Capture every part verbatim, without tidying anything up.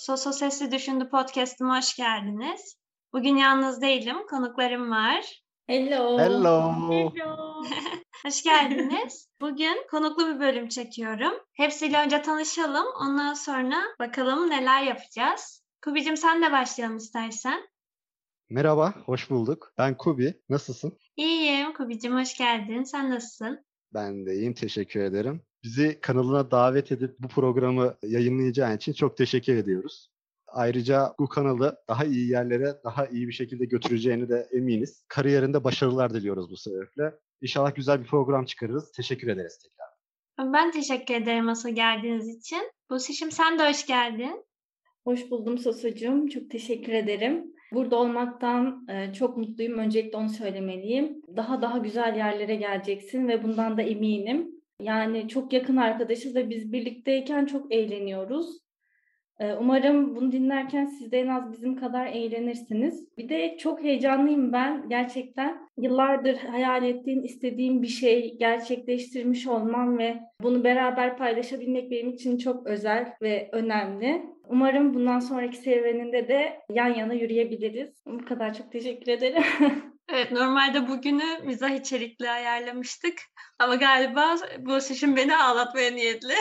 Soso Sesli Düşündü podcast'ıma hoş geldiniz. Bugün yalnız değilim, konuklarım var. Hello. Hello. Hello. Hoş geldiniz. Bugün konuklu bir bölüm çekiyorum. Hepsiyle önce tanışalım, ondan sonra bakalım neler yapacağız. Kubi'cim sen de başlayalım istersen. Merhaba, hoş bulduk. Ben Kubi. Nasılsın? İyiyim Kubi'cim, hoş geldin. Sen nasılsın? Ben de iyiyim, teşekkür ederim. Bizi kanalına davet edip bu programı yayınlayacağın için çok teşekkür ediyoruz. Ayrıca bu kanalı daha iyi yerlere, daha iyi bir şekilde götüreceğini de eminiz. Kariyerinde başarılar diliyoruz bu sebeple. İnşallah güzel bir program çıkarırız. Teşekkür ederiz tekrar. Ben teşekkür ederim asıl geldiğiniz için. Busişim sen de hoş geldin. Hoş buldum Sosucuğum. Çok teşekkür ederim. Burada olmaktan e, çok mutluyum. Öncelikle onu söylemeliyim. Daha daha güzel yerlere geleceksin ve bundan da eminim. Yani çok yakın arkadaşız ve biz birlikteyken çok eğleniyoruz. E, umarım bunu dinlerken siz de en az bizim kadar eğlenirsiniz. Bir de çok heyecanlıyım ben gerçekten. Yıllardır hayal ettiğim, istediğim bir şey gerçekleştirmiş olmam ve bunu beraber paylaşabilmek benim için çok özel ve önemli. Umarım bundan sonraki serüveninde de yan yana yürüyebiliriz. Bu kadar, çok teşekkür ederim. Evet, normalde bugünü mizah içerikli ayarlamıştık. Ama galiba bu seçim beni ağlatmaya niyetli.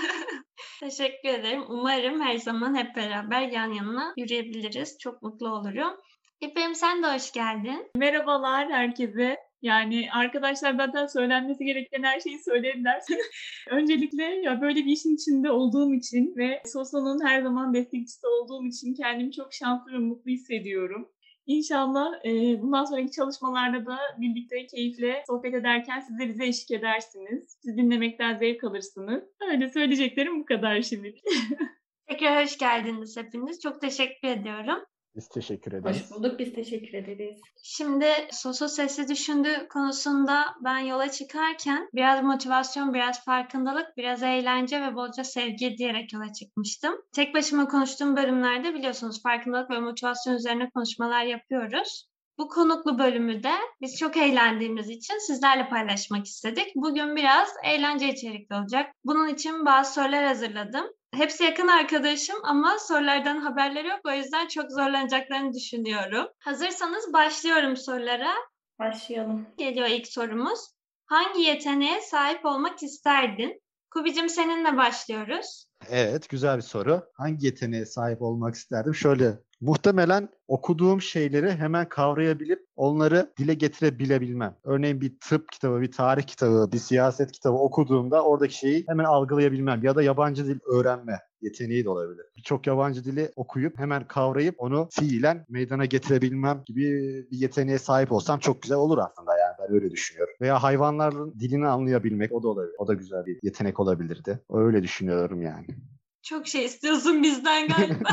Teşekkür ederim. Umarım her zaman hep beraber yan yana yürüyebiliriz. Çok mutlu olurum. İpek'im sen de hoş geldin. Merhabalar herkese. Yani arkadaşlar zaten söylenmesi gereken her şeyi söylediler. Öncelikle ya böyle bir işin içinde olduğum için ve Soso'nun her zaman destekçisi olduğum için kendimi çok şanslı ve mutlu hissediyorum. İnşallah e, bundan sonraki çalışmalarda da birlikte keyifle sohbet ederken siz de bize eşlik edersiniz. Siz dinlemekten zevk alırsınız. Öyle söyleyeceklerim bu kadar şimdilik. Tekrar hoş geldiniz hepiniz. Çok teşekkür ediyorum. Biz teşekkür ederiz. Hoş bulduk, biz teşekkür ederiz. Şimdi Soso Sesli Düşündü konusunda ben yola çıkarken biraz motivasyon, biraz farkındalık, biraz eğlence ve bolca sevgi diyerek yola çıkmıştım. Tek başıma konuştuğum bölümlerde biliyorsunuz farkındalık ve motivasyon üzerine konuşmalar yapıyoruz. Bu konuklu bölümü de biz çok eğlendiğimiz için sizlerle paylaşmak istedik. Bugün biraz eğlence içerikli olacak. Bunun için bazı sorular hazırladım. Hepsi yakın arkadaşım ama sorulardan haberleri yok. O yüzden çok zorlanacaklarını düşünüyorum. Hazırsanız başlıyorum sorulara. Başlayalım. Geliyor ilk sorumuz. Hangi yeteneğe sahip olmak isterdin? Kubi'cim seninle başlıyoruz. Evet, güzel bir soru. Hangi yeteneğe sahip olmak isterdim? Şöyle, muhtemelen okuduğum şeyleri hemen kavrayabilip onları dile getirebilebilmem. Örneğin bir tıp kitabı, bir tarih kitabı, bir siyaset kitabı okuduğumda oradaki şeyi hemen algılayabilmem. Ya da yabancı dil öğrenme yeteneği de olabilir. Birçok yabancı dili okuyup hemen kavrayıp onu fiilen meydana getirebilmem gibi bir yeteneğe sahip olsam çok güzel olur aslında, yani ben öyle düşünüyorum. Veya hayvanların dilini anlayabilmek, o da olabilir. O da güzel bir yetenek olabilirdi. Öyle düşünüyorum yani. Çok şey istiyorsun bizden galiba.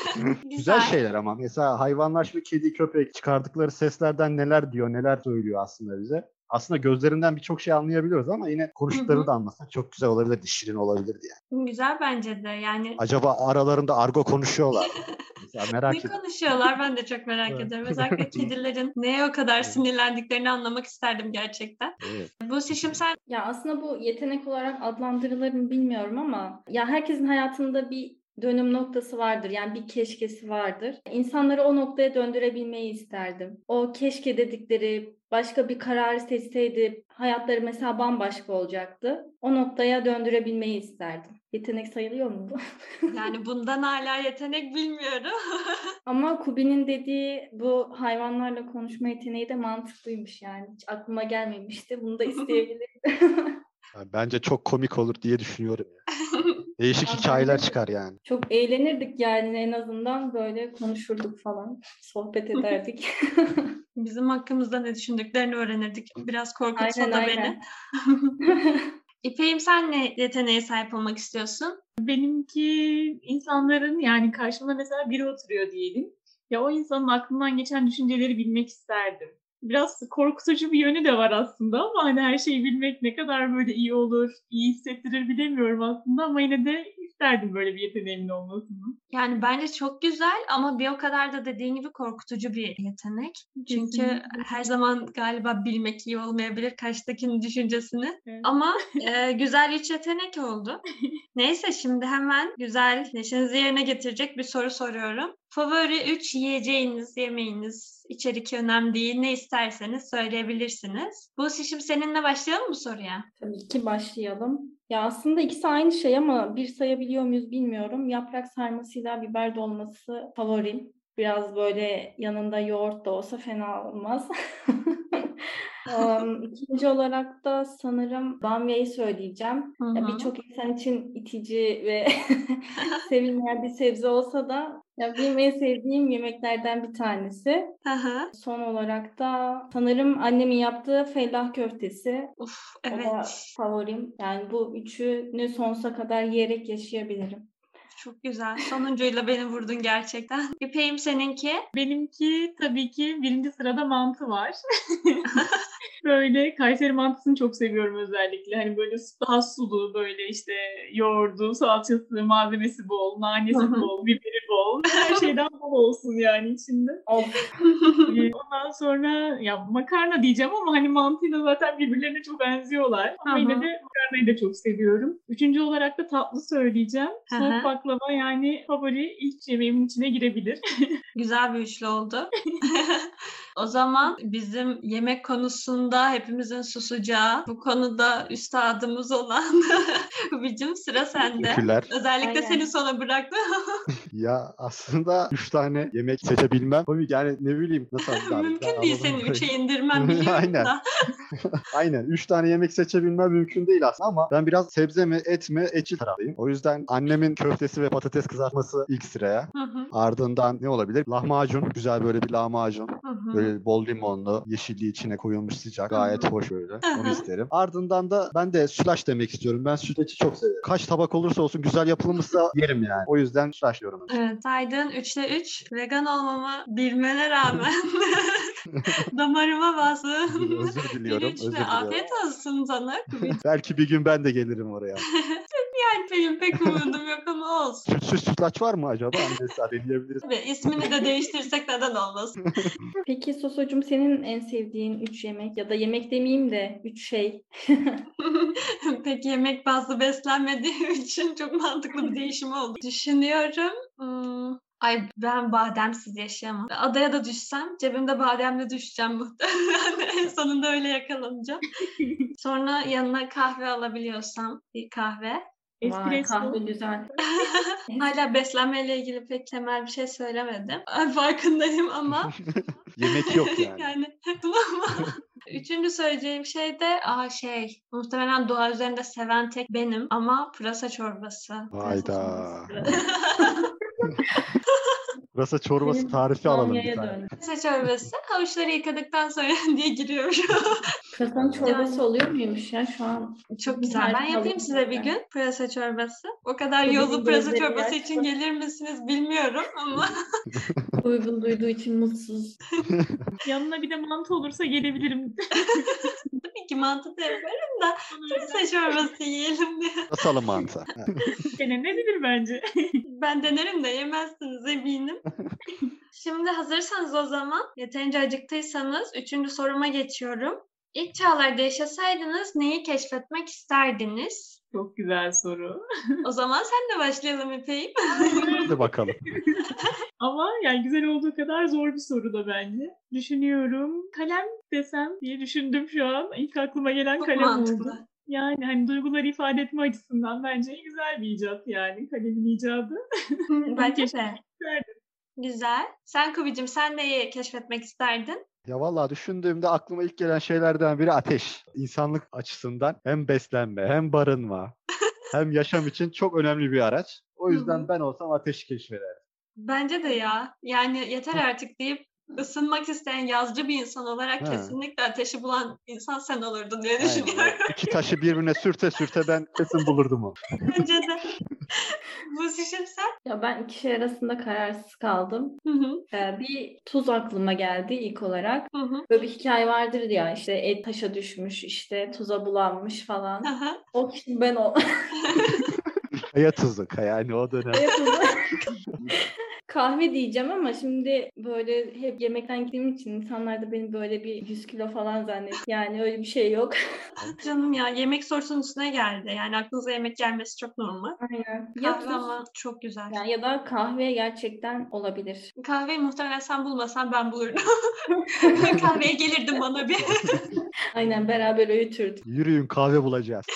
Güzel şeyler ama. Mesela hayvanlar, şimdi kedi, köpek çıkardıkları seslerden neler diyor, neler söylüyor aslında bize. Aslında gözlerinden birçok şey anlayabiliyoruz ama yine konuştukları da anlasak çok güzel olabilirdi, şirin olabilirdi yani. Güzel bence de yani. Acaba aralarında argo konuşuyorlar mı? Mesela merak ne ediyorum. konuşuyorlar ben de çok merak Evet. ediyorum. Özellikle kedilerin neye o kadar Evet. sinirlendiklerini anlamak isterdim gerçekten. Evet. Bu seçim sen Ya aslında bu yetenek olarak adlandırılır mı bilmiyorum ama ya herkesin hayatında bir dönüm noktası vardır. Yani bir keşkesi vardır. İnsanları o noktaya döndürebilmeyi isterdim. O keşke dedikleri başka bir kararı seçseydi hayatları mesela bambaşka olacaktı. O noktaya döndürebilmeyi isterdim. Yetenek sayılıyor mu bu? yani bundan hala yetenek bilmiyorum. Ama Kubi'nin dediği bu hayvanlarla konuşma yeteneği de mantıklıymış yani. Hiç aklıma gelmemişti. Bunu da isteyebilirim. Yani bence çok komik olur diye düşünüyorum ya. Değişik Ya hikayeler bence de. çıkar yani. Çok eğlenirdik yani, en azından böyle konuşurduk falan. Sohbet ederdik. Bizim hakkımızda ne düşündüklerini öğrenirdik. Biraz korkutsa Aynen da beni. aynen. İpek'im sen ne yeteneğe sahip olmak istiyorsun? Benimki insanların, yani karşımda mesela biri oturuyor diyelim. Ya o insanın aklından geçen düşünceleri bilmek isterdim. Biraz korkutucu bir yönü de var aslında ama hani her şeyi bilmek ne kadar böyle iyi olur, iyi hissettirir bilemiyorum aslında ama yine de isterdim böyle bir yeteneğimin olmasını. Yani bence çok güzel ama bir o kadar da dediğin gibi korkutucu bir yetenek. Çünkü Kesinlikle. her zaman galiba bilmek iyi olmayabilir karşıdakinin düşüncesini. Evet. Ama e, güzel üç yetenek oldu. Neyse şimdi hemen güzel, neşenizi yerine getirecek bir soru soruyorum. Favori üç yiyeceğiniz, yemeğiniz, içerik önemli değil, ne isterseniz söyleyebilirsiniz. Bu şimdi seninle başlayalım mı soruya? Tabii ki başlayalım. Ya aslında ikisi aynı şey ama bir sayabiliyor muyuz bilmiyorum. Yaprak sarmasıyla biber dolması favorim. Biraz böyle yanında yoğurt da olsa fena olmaz. Um, ikinci olarak da sanırım bamyayı söyleyeceğim. Hı Ya hı. birçok insan için itici ve sevilmeyen bir sebze olsa da ya benim en sevdiğim yemeklerden bir tanesi. Hı hı. Son olarak da sanırım annemin yaptığı fellah köftesi. Uf, O evet. da favorim. Yani bu üçünü sonsuza kadar yiyerek yaşayabilirim. Çok güzel. Sonuncuyla beni vurdun gerçekten. İpek'im seninki? Benimki tabii ki birinci sırada mantı var. Böyle Kayseri mantısını çok seviyorum özellikle. Hani böyle daha sulu, böyle işte yoğurdu, salçası, malzemesi bol, nanesi Hı hı. bol, biberi bol. Her şeyden bol olsun yani içinde. Of. Ee, Ondan sonra ya makarna diyeceğim ama hani mantıyla zaten birbirlerine çok benziyorlar. Ama Hı yine hı. de makarnayı da çok seviyorum. Üçüncü olarak da tatlı söyleyeceğim. Hı Soğuk hı. baklava yani favori ilk yemeğimin içine girebilir. Güzel bir üçlü oldu. O zaman bizim yemek konusunda hepimizin susacağı, bu konuda üstadımız olan Hubicim sıra sende. Teşekkürler. Özellikle Aynen. seni sona bıraktım. Ya aslında üç tane yemek seçebilmem. Tabii yani ne bileyim nasıl anlatayım. Mümkün değil seni Anladım. üçe indirmem biliyorum Aynen. da. Aynen. Üç tane yemek seçebilmem mümkün değil aslında ama ben biraz sebze mi et mi etçi taraftayım. O yüzden annemin köftesi ve patates kızartması ilk sıraya. Hı hı, Ardından ne olabilir? Lahmacun. Güzel böyle bir lahmacun. hı hı. Böyle bol limonlu, yeşilliği içine koyulmuş sıcak. Hı hı. Gayet hoş öyle. Hı Onu hı. isterim. Ardından da ben de sülaş demek istiyorum. Ben sütlaçı çok seviyorum. Kaç tabak olursa olsun güzel yapılmışsa yerim yani. O yüzden sülaş diyorum. Evet, saydığın üçte üç vegan olmamı bilmene rağmen damarıma bastın. Özür Bir diliyorum. üçle Özür diliyorum. afiyet olsun sana. Belki bir gün ben de gelirim oraya. Yani benim pek umudum yok ama olsun. Sütsüz sütlaç var mı acaba? Mesela deneyebiliriz. Tabii ismini de değiştirsek neden olmasın. Peki Sosocuğum senin en sevdiğin üç yemek ya da yemek demeyeyim de üç şey. Pek yemek bazlı beslenmediğim için çok mantıklı bir değişim oldu. Düşünüyorum. Hmm, Ay ben bademsiz yaşayamam. Adaya da düşsem cebimde bademle düşeceğim muhtemelen. En sonunda öyle yakalanacağım. Sonra yanına kahve alabiliyorsam bir kahve. Vay kahve Espresso. güzel. Hala beslenmeyle ilgili pek temel bir şey söylemedim. Ay, farkındayım ama Yemek yok yani. yani ama üçüncü söyleyeceğim şey de aa şey muhtemelen doğa üzerinde seven tek benim ama pırasa çorbası. Pırasa Hayda. çorbası. Pırasa çorbası Benim tarifi alalım bir bamyaya tane. döndü. Pırasa çorbası havuçları yıkadıktan sonra diye giriyor. Pırasanın çorbası Yani oluyor muymuş ya şu an? çok Bir güzel. Ben tarif yapayım alayım size bir ben. gün pırasa çorbası. O kadar Bu yollu bizim pırasa gözleri çorbası yaşlı. için gelir misiniz bilmiyorum ama Uygun duyduğu için mutsuz. Yanına bir de mantı olursa gelebilirim. tabii ki mantı da yaparım da pırasa çorbası yiyelim diye. Pırasalı mantı. Denenebilir bence. Ben denerim de yemezsiniz eminim. Şimdi hazırsanız o zaman yeterince acıktıysanız üçüncü soruma geçiyorum. İlk çağlarda yaşasaydınız neyi keşfetmek isterdiniz? Çok güzel soru. O zaman sen de başlayalım İpek'im. Hadi bakalım. Ama yani güzel olduğu kadar zor bir soru da bence. Düşünüyorum. Kalem desem diye düşündüm şu an. İlk aklıma gelen Çok kalem mantıklı. oldu. Yani hani duyguları ifade etme açısından bence güzel bir icat yani kalemin icadı. Bence de. Keşfetmek isterdim. Güzel. Sen Kubicim sen neyi keşfetmek isterdin? Ya vallahi düşündüğümde aklıma ilk gelen şeylerden biri ateş. İnsanlık açısından hem beslenme hem barınma hem yaşam için çok önemli bir araç. O Hı yüzden hı. ben olsam ateşi keşfederdim. Bence de ya. Yani yeter artık deyip ısınmak isteyen yazcı bir insan olarak Ha. kesinlikle ateşi bulan insan sen olurdun diye Aynen. düşünüyorum. O iki taşı birbirine sürte sürte ben kesin bulurdum onu. Bence de. Bu şişim sen? Ya ben iki şey arasında kararsız kaldım. Hı hı. Ee, bir tuz aklıma geldi ilk olarak. Hı hı. Böyle bir hikaye vardır ya işte et taşa düşmüş işte tuza bulanmış falan. Aha. O kişi ben o. Kaya tuzu. Kaya yani o dönem. Kaya tuzu. Kahve diyeceğim ama şimdi böyle hep yemekten gittiğim için insanlar da beni böyle bir yüz kilo falan zannediyor. Yani öyle bir şey yok. Canım ya yemek sorusunun üstüne geldi. Yani aklınıza yemek gelmesi çok normal. Aynen. Ya Kahve tuz ama çok güzel. yani ya da kahve gerçekten olabilir. Kahveyi muhtemelen sen bulmasan ben bulurdum. Kahveye gelirdim bana bir. Aynen beraber öğütürdük. Yürüyün kahve bulacağız.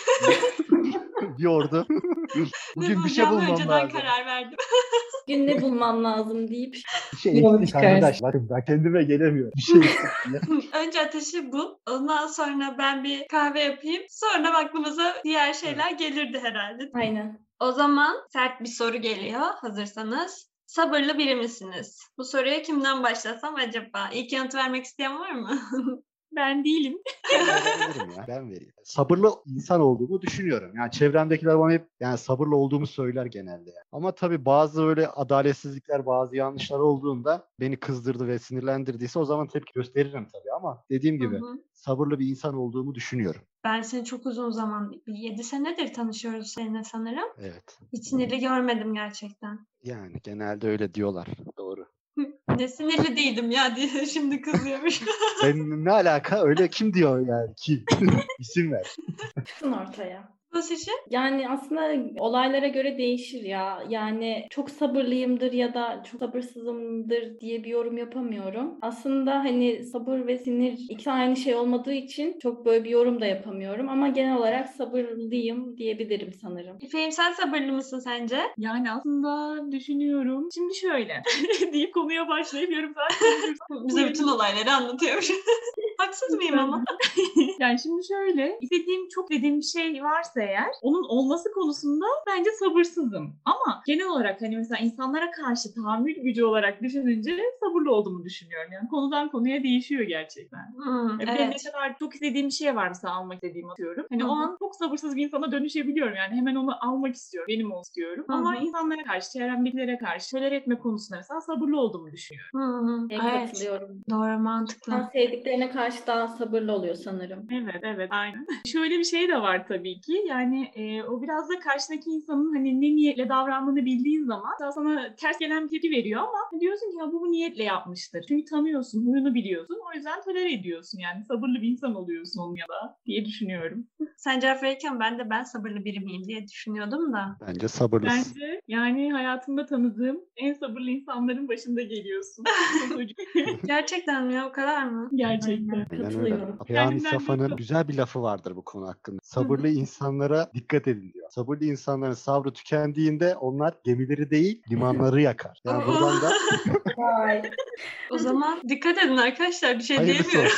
Bir ordu. Ne Bugün bir şey bulacağımı bulmam önceden lazım. karar verdim. Bugün ne bulmam lazım deyip Bir şey Yola eksik çıkarsın. arkadaş. Bakın ben kendime gelemiyorum. Bir şey eksik diye. Önce ateşi bul. Ondan sonra ben bir kahve yapayım. Sonra aklımıza diğer şeyler gelirdi herhalde. aynen. O zaman sert bir soru geliyor. Hazırsanız. Sabırlı biri misiniz? Bu soruya kimden başlasam acaba? İlk yanıt vermek isteyen var mı? Ben değilim. Ben verebilirim ya. Ben vereyim. Sabırlı insan olduğumu düşünüyorum. Yani çevremdekiler bana hep yani sabırlı olduğumu söyler genelde. Yani. Ama tabii bazı öyle adaletsizlikler, bazı yanlışlar olduğunda beni kızdırdı ve sinirlendirdiyse o zaman tepki gösteririm tabii ama dediğim gibi Hı hı. sabırlı bir insan olduğumu düşünüyorum. Ben seni çok uzun zaman, bir yedi senedir tanışıyoruz seninle sanırım. Evet. Hiç sinirli görmedim gerçekten. Yani genelde öyle diyorlar. Doğru. Ne sinirli değildim ya diye şimdi kızıyormuş. Ben ne alaka? Öyle kim diyor yani? Kim? İsim ver. Çıksın ortaya. Bu işi Yani aslında olaylara göre değişir ya. Yani çok sabırlıyımdır ya da çok sabırsızımdır diye bir yorum yapamıyorum. Aslında hani sabır ve sinir ikisi aynı şey olmadığı için çok böyle bir yorum da yapamıyorum. Ama genel olarak sabırlıyım diyebilirim sanırım. İpek'im sen sabırlı mısın sence? Yani aslında düşünüyorum. Şimdi şöyle deyip konuya başlayıp yarım saat konuşursam. Bize bütün olayları anlatıyormuş. Haksız mıyım ama? Yani şimdi şöyle, istediğim çok dediğim bir şey varsa eğer, onun olması konusunda bence sabırsızım. Ama genel olarak hani mesela insanlara karşı tahammül gücü olarak düşününce sabırlı olduğumu düşünüyorum. Yani konudan konuya değişiyor gerçekten. Hmm, Yani benim evet. ne kadar çok istediğim bir şey var mesela almak istediğim atıyorum. Hani Hı o hı. an çok sabırsız bir insana dönüşebiliyorum. Yani hemen onu almak istiyorum, benim olsun istiyorum. Hı Ama hı. insanlara karşı, çevremdekilere karşı şeyler etme konusunda mesela sabırlı olduğumu düşünüyorum. Hı hı. Ben Evet. katılıyorum. Doğru, mantıklı. İnsan sevdiklerine karşı daha sabırlı oluyor sanırım. Evet, evet, aynen. Şöyle bir şey de var tabii ki. Yani e, o biraz da karşıdaki insanın hani ne niyetle davrandığını bildiğin zaman daha sana ters gelen bir tepki veriyor ama diyorsun ki ya bu bu niyetle yapmıştır. Çünkü tanıyorsun, huyunu biliyorsun. O yüzden tolere ediyorsun. Yani sabırlı bir insan oluyorsun onun ya da diye düşünüyorum. Sen cevap verirken ben de ben sabırlı biri miyim diye düşünüyordum da. Bence sabırlısın. Bence yani hayatımda tanıdığım en sabırlı insanların başında geliyorsun. Çocuk. Gerçekten mi ya? O kadar mı? Gerçekten. Aynen öyle. Katılıyorum. Peyami Kendimden Safa'nın de- güzel bir lafı vardır bu konu hakkında. Sabırlı insanlara dikkat edin diyor. Sabırlı insanların sabrı tükendiğinde onlar gemileri değil limanları yakar. Yani buradan da Vay. O zaman dikkat edin arkadaşlar. Bir şey hayırlısı diyemiyorum.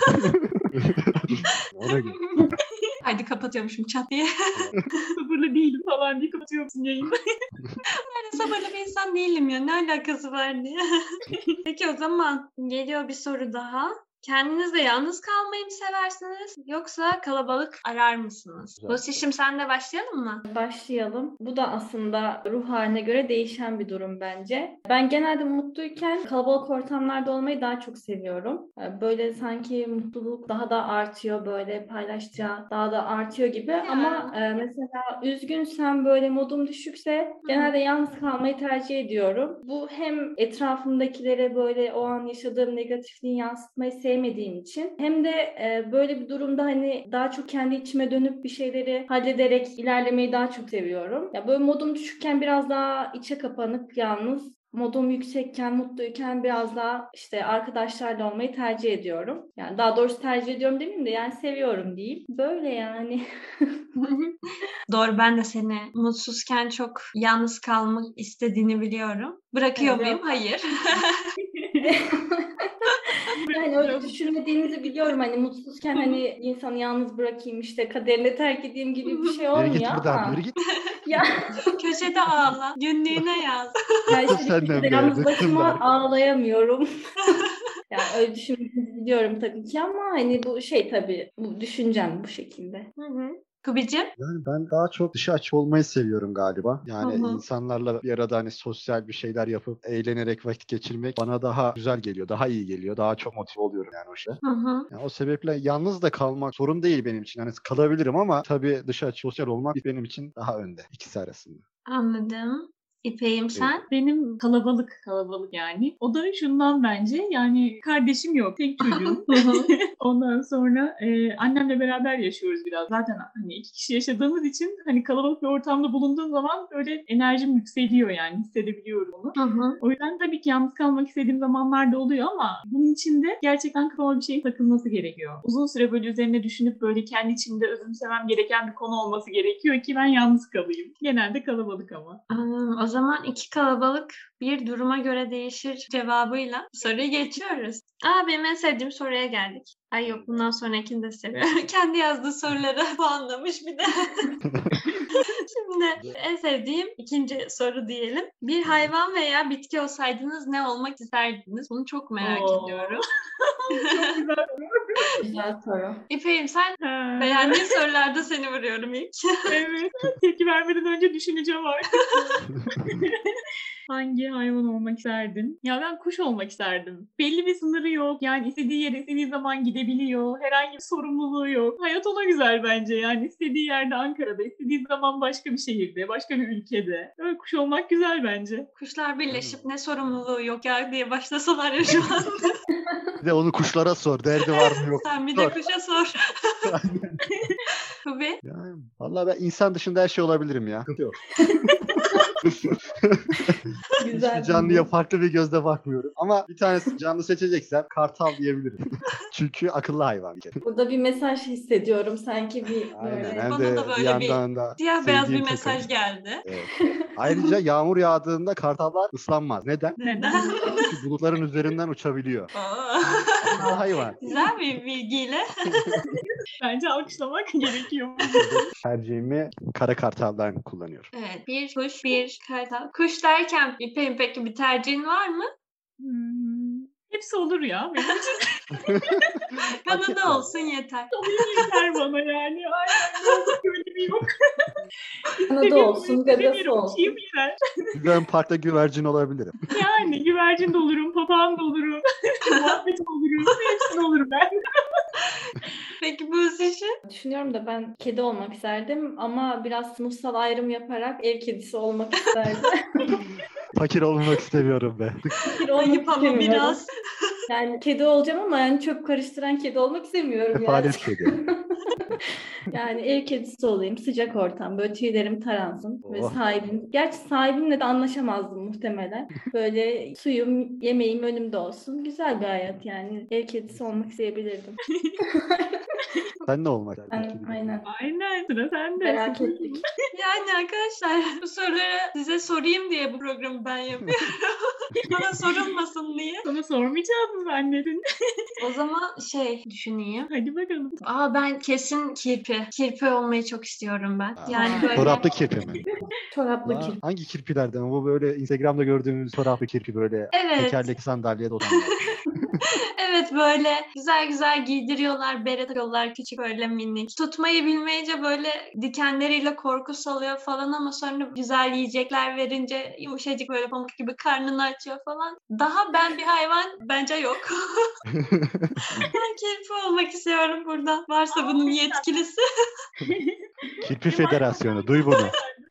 olsun. Ona göre. Haydi kapatıyormuşum çat diye. sabırlı değilim falan diye kapatıyorsun yayını. Ben sabırlı bir insan değilim ya. Ne alakası var diye. Peki o zaman geliyor bir soru daha. Kendinizle yalnız kalmayı mı seversiniz yoksa kalabalık arar mısınız? Güzel. Rosişim sen de başlayalım mı? Başlayalım. Bu da aslında ruh haline göre değişen bir durum bence. Ben genelde mutluyken kalabalık ortamlarda olmayı daha çok seviyorum. Böyle sanki mutluluk daha da artıyor, böyle paylaşacağı daha da artıyor gibi. Ya. Ama e, mesela üzgünsem, böyle modum düşükse genelde yalnız kalmayı tercih ediyorum. Bu hem etrafımdakilere böyle o an yaşadığım negatifliği yansıtmayı sevmediğim için hem de e, böyle bir durumda hani daha çok kendi içime dönüp bir şeyleri hallederek ilerlemeyi daha çok seviyorum. Ya böyle modum düşükken biraz daha içe kapanık, yalnız. Modum yüksekken, mutluyken biraz daha işte arkadaşlarla olmayı tercih ediyorum. Yani daha doğrusu tercih ediyorum demeyeyim de yani seviyorum diyeyim. Böyle yani. Doğru, ben de seni mutsuzken çok yalnız kalmak istediğini biliyorum. Bırakıyor Evet, muyum? biraz- Hayır. Yani öyle düşünmediğinizi biliyorum. Hani mutsuzken hani insanı yalnız bırakayım işte kaderine terk edeyim gibi bir şey Yürü olmuyor git buradan, ama. yürü git. Ya, Köşede ağla. Günlüğüne yaz. ya işte bir Senden şekilde be, yalnız bıktım başıma ben. ağlayamıyorum. Yani öyle düşündüğünüzü biliyorum tabii ki ama hani bu şey tabii bu düşüncem bu şekilde. Hı hı. Kubicim? Yani ben daha çok dışa açık olmayı seviyorum galiba. Yani Hı hı. insanlarla bir arada hani sosyal bir şeyler yapıp eğlenerek vakit geçirmek bana daha güzel geliyor, daha iyi geliyor. Daha çok motive oluyorum yani o şey. Hı hı. Yani o sebeple yalnız da kalmak sorun değil benim için. Hani kalabilirim ama tabii dışa açık sosyal olmak benim için daha önde ikisi arasında. Anladım. İpek'im sen? Benim kalabalık kalabalık yani. O da şundan bence, yani kardeşim yok, tek çocuğum. Ondan sonra e, annemle beraber yaşıyoruz biraz. Zaten hani iki kişi yaşadığımız için hani kalabalık bir ortamda bulunduğum zaman böyle enerjim yükseliyor, yani hissedebiliyorum onu. Hı hı. O yüzden tabii ki yalnız kalmak istediğim zamanlar da oluyor ama bunun için de gerçekten kafama bir şeyin takılması gerekiyor. Uzun süre böyle üzerine düşünüp böyle kendi içimde özümsemem gereken bir konu olması gerekiyor ki ben yalnız kalayım. Genelde kalabalık ama. Anladım. O zaman iki kalabalık bir duruma göre değişir cevabıyla soruyu geçiyoruz. Aa, benim en sevdiğim soruya geldik. Ay yok, bundan sonrakini de seviyorum. Kendi yazdığı soruları puanlamış bir de. Şimdi en sevdiğim ikinci soru diyelim. Bir hayvan veya bitki olsaydınız ne olmak isterdiniz? Bunu çok merak Oo. ediyorum. Çok güzel. Güzel soru. İpek'im sen Ha. beğendiğin sorularda seni vuruyorum ilk. Evet. Tepki vermeden önce düşüneceğim artık. Hangi hayvan olmak isterdin? Ya ben kuş olmak isterdim. Belli bir sınırı yok. Yani istediği yere istediği zaman gidebiliyor. Herhangi bir sorumluluğu yok. Hayat ona güzel bence. Yani istediği yerde Ankara'da, istediği zaman başka bir şehirde, başka bir ülkede. Öyle kuş olmak güzel bence. Kuşlar birleşip ne sorumluluğu yok ya diye başlasalar ya şu an. Bir de onu kuşlara sor. Derdi var mı yok. Sen bir de Sor. kuşa sor. Kubi. Yani, vallahi ben insan dışında her şey olabilirim ya. Sıkıntı yok. Güzel. Hiçbir canlıya farklı bir gözle bakmıyorum. Ama bir tanesi canlı seçeceksem kartal diyebilirim. Çünkü akıllı hayvan bir kere. Burada bir mesaj hissediyorum sanki bir Aynen. böyle. Hem Bana de da böyle bir yandan da Siyah beyaz bir sevdiğim mesaj takım. geldi. Evet. Ayrıca yağmur yağdığında kartallar ıslanmaz. Neden? Neden? Çünkü bulutların üzerinden uçabiliyor. Oo. Akıllı hayvan. Güzel bir bilgiyle. Bence alkışlamak gerekiyor. Tercihimi kara kartaldan kullanıyorum. Evet, bir kuş, bir kartal. Kuş derken İpek'in peki bir tercihin var mı? Hmm, hepsi olur ya. Benim için Kanadı olsun yeter. yeter bana yani. Aynen, yok öyle bir yok. Kanadı olsun, İstediğim gagası yere olsun. uçayım yeter. Ben parkta güvercin olabilirim. Yani güvercin de olurum, papağan da olurum, muhabbet olurum, hepsini olurum ben. Peki bu işi? Düşünüyorum da ben kedi olmak isterdim ama biraz sınıfsal ayrım yaparak ev kedisi olmak isterdim. Fakir olmak istemiyorum be. Kedi olmak Ayıp ama istemiyorum. biraz. Yani kedi olacağım ama yani çöp karıştıran kedi olmak istemiyorum yani. Sefalet kedi. Yani ev kedisi olayım, sıcak ortam, böyle tüylerim taransın ve Oh. sahibim. Gerçi sahibimle de anlaşamazdım muhtemelen. Böyle suyum, yemeğim önümde olsun. Güzel bir hayat yani. Ev kedisi olmak isteyebilirdim. Sen ne olmak Ben, isterdin? aynen. Aynen, sıra sende. Merak ettik. Yani arkadaşlar bu soruları size sorayım diye bu programı ben yapıyorum. Bana sorulmasın diye. Sana sormayacağız mı zannedin? O zaman şey düşüneyim. Hadi bakalım. Aa, ben kesin kirpi. Kirpi olmayı çok istiyorum ben. Aa, Yani böyle Çoraplı kirpi mi? Çoraplı Aa, kirpi. hangi kirpilerden? Bu böyle Instagram'da gördüğümüz çoraplı kirpi böyle evet. tekerlekli sandalyede oturanlar. Evet, böyle güzel güzel giydiriyorlar, bere takıyorlar, küçük böyle minik. Tutmayı bilmeyince böyle dikenleriyle korku salıyor falan ama sonra güzel yiyecekler verince yumuşacık böyle pamuk gibi karnını açıyor falan. Daha ben bir hayvan bence yok. Ben kirpi olmak istiyorum buradan. Varsa bunun yetkilisi. Kirpi Federasyonu. Duy bunu.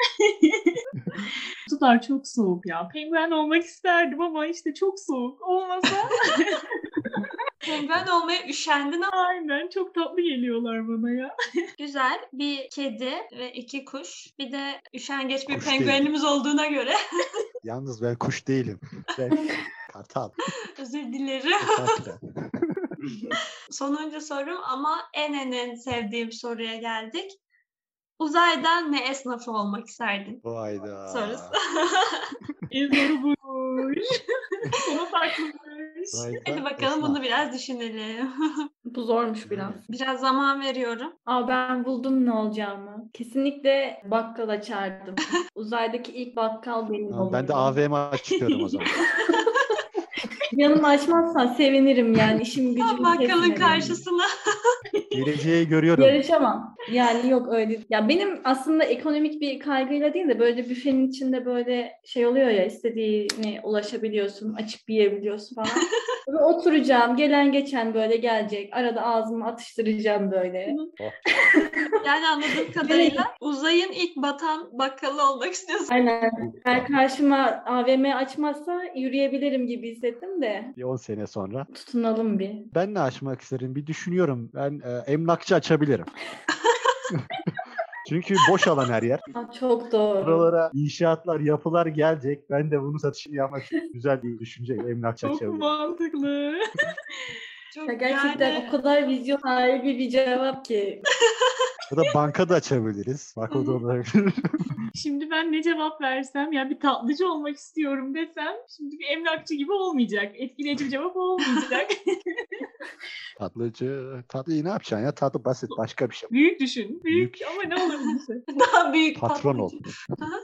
Sular çok soğuk ya. Penguen olmak isterdim ama işte çok soğuk. Olmasa Penguen olmaya üşendin ama aynen, çok tatlı geliyorlar bana ya. güzel. Bir kedi ve iki kuş. Bir de üşengeç bir Kuş penguenimiz olduğuna göre Yalnız ben kuş değilim. Ben kartal. özür dilerim. Kartal. Sonuncu sorum ama en en en sevdiğim soruya geldik. Uzaydan ne esnafı olmak isterdin? Hayda. Sorusu. En zoru buymuş. Sona saklamış. Hayda, Hadi bakalım esnaf. bunu biraz düşünelim. Bu zormuş biraz. Biraz zaman veriyorum. Aa, ben buldum ne olacağımı. Kesinlikle bakkal açardım. Uzaydaki ilk bakkal benim Tamam, olurdu. ben de A V M açıyorum o zaman. Yanımı açmazsan sevinirim yani. İşim gücüm Bakkalın kesmedim. karşısına. Geleceği görüyorum. Yarışamam. Yani yok öyle. Ya benim aslında ekonomik bir kaygıyla değil de böyle büfenin içinde böyle şey oluyor ya, istediğine ulaşabiliyorsun, açıp yiyebiliyorsun falan. Ve oturacağım. Gelen geçen böyle gelecek. Arada ağzımı atıştıracağım böyle. Yani anladığım kadarıyla uzayın ilk batan bakkalı olmak istiyorsun. Aynen. Eğer karşıma A V M açmazsa yürüyebilirim gibi hissettim de. Bir on sene sonra. Tutunalım bir. Ben ne açmak isterim? Bir düşünüyorum. Ben e, emlakçı açabilirim. Çünkü boş alan her yer. Ha, çok doğru. Buralara inşaatlar, yapılar gelecek. Ben de bunun satışını yapmak için güzel bir düşünce. Emlakçı Çok açabilirim. mantıklı. Çok Ya gerçekten yani... o kadar vizyon sahibi bir cevap ki. Ya da banka da açabiliriz. Bak o da olabilir. Şimdi ben ne cevap versem, ya bir tatlıcı olmak istiyorum desem, şimdi bir emlakçı gibi olmayacak. Etkileyici bir cevap olmayacak. Tatlıcı. Tatlıyı ne yapacaksın ya? Tatlı basit. Başka bir şey. Büyük düşün. Büyük, Büyük. ama ne olabilir? Daha büyük Patron ol. tatlıcı.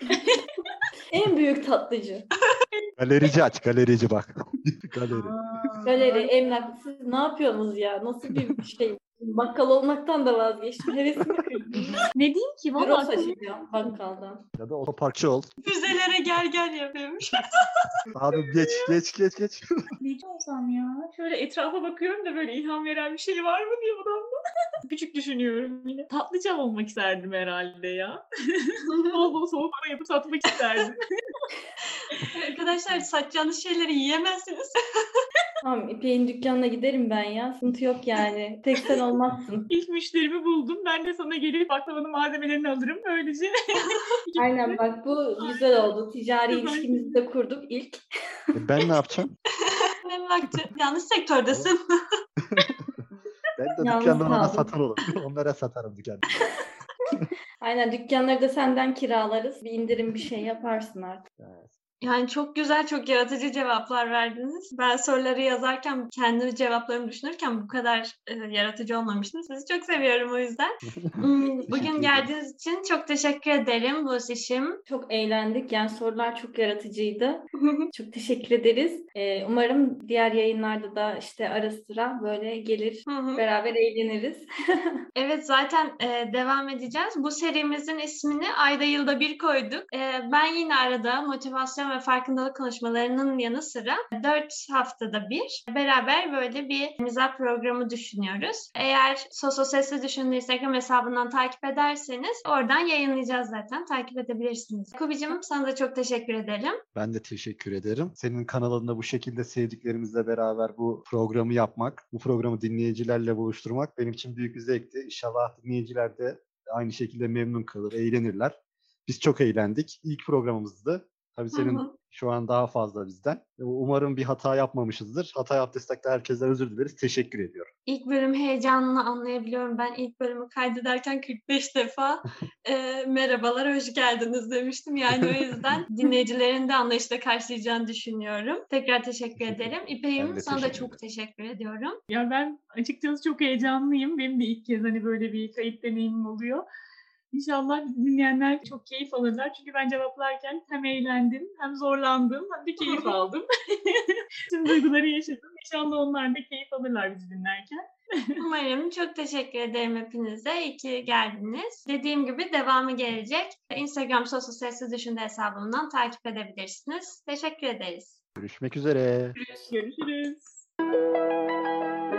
En büyük tatlıcı. Galerici aç. Galerici bak. Galeri. Aa, Galeri, emlak. Siz ne yapıyorsunuz ya? Nasıl bir şey? Bakkal olmaktan da vazgeçtim. Hevesimi kırdım. ne diyeyim ki? Büro Valla aklıma- açacağım bakkaldan. Ya da otoparkçı ol. Füzelere gel gel yapıyormuş. Abi geç geç geç geç. ne olsam ya? Şöyle etrafa bakıyorum da böyle ilham veren bir şey var mı diye odamda. Küçük düşünüyorum yine. Tatlıcı olmak isterdim herhalde ya. Bol bol soğuk hava yapıp satmak isterdim. Arkadaşlar satacağınız şeyleri yiyemezsiniz. Tamam, İpek'in dükkanına giderim ben ya. Sıkıntı yok yani. Tek sen olmazsın. İlk müşterimi buldum. Ben de sana gelip baklavanın malzemelerini alırım. Öylece. Aynen bak bu güzel oldu. Ticari ilişkimizi de kurduk ilk. E ben ne yapacağım? Emlakçı. Yanlış sektördesin. Ben de Yalnız dükkandan ona kaldım. satan olurum. Onlara satarım dükkanı. Aynen dükkanları da senden kiralarız. Bir indirim bir şey yaparsın artık. Yani çok güzel, çok yaratıcı cevaplar verdiniz. Ben soruları yazarken, kendi cevaplarımı düşünürken bu kadar e, yaratıcı olmamıştım. Sizi çok seviyorum o yüzden. Hmm, Teşekkür Bugün ederim. geldiğiniz için çok teşekkür ederim Buse'şim. Çok eğlendik. Yani sorular çok yaratıcıydı. Çok teşekkür ederiz. Ee, umarım diğer yayınlarda da işte ara sıra böyle gelir. Hı hı. Beraber eğleniriz. Evet, zaten e, devam edeceğiz. Bu serimizin ismini ayda yılda bir koyduk. E, ben yine arada motivasyon ve farkındalık konuşmalarının yanı sıra dört haftada bir beraber böyle bir mizah programı düşünüyoruz. Eğer Soso Sesli Düşündüğü Instagram hesabından takip ederseniz oradan yayınlayacağız zaten. Takip edebilirsiniz. Kubicim, sana da çok teşekkür ederim. Ben de teşekkür ederim. Senin kanalında bu şekilde sevdiklerimizle beraber bu programı yapmak, bu programı dinleyicilerle buluşturmak benim için büyük bir zevkti. İnşallah dinleyiciler de aynı şekilde memnun kalır, eğlenirler. Biz çok eğlendik. İlk programımızdı. Tabii senin Hı hı. şu an daha fazla bizden. Umarım bir hata yapmamışızdır. Hata yaptıysak da herkesten özür dileriz. Teşekkür ediyorum. İlk bölüm heyecanını anlayabiliyorum. Ben ilk bölümü kaydederken kırk beş defa e, merhabalar, hoş geldiniz demiştim. Yani o yüzden dinleyicilerin de anlayışla karşılayacağını düşünüyorum. Tekrar teşekkür Teşekkür ederim. ederim. Ben İpek'im, de sana da teşekkür çok ederim. teşekkür ediyorum. Ya ben açıkçası çok heyecanlıyım. Benim de ilk kez hani böyle bir kayıt deneyimim oluyor. İnşallah dinleyenler çok keyif alırlar. Çünkü ben cevaplarken hem eğlendim, hem zorlandım, hem de keyif aldım. Tüm duyguları yaşadım. İnşallah onlar da keyif alırlar bizi dinlerken. Umarım. Çok teşekkür ederim hepinize. İyi ki geldiniz. Dediğim gibi devamı gelecek. Instagram Soso Sesli Düşündü hesabımdan takip edebilirsiniz. Teşekkür ederiz. Görüşmek üzere. Görüşürüz.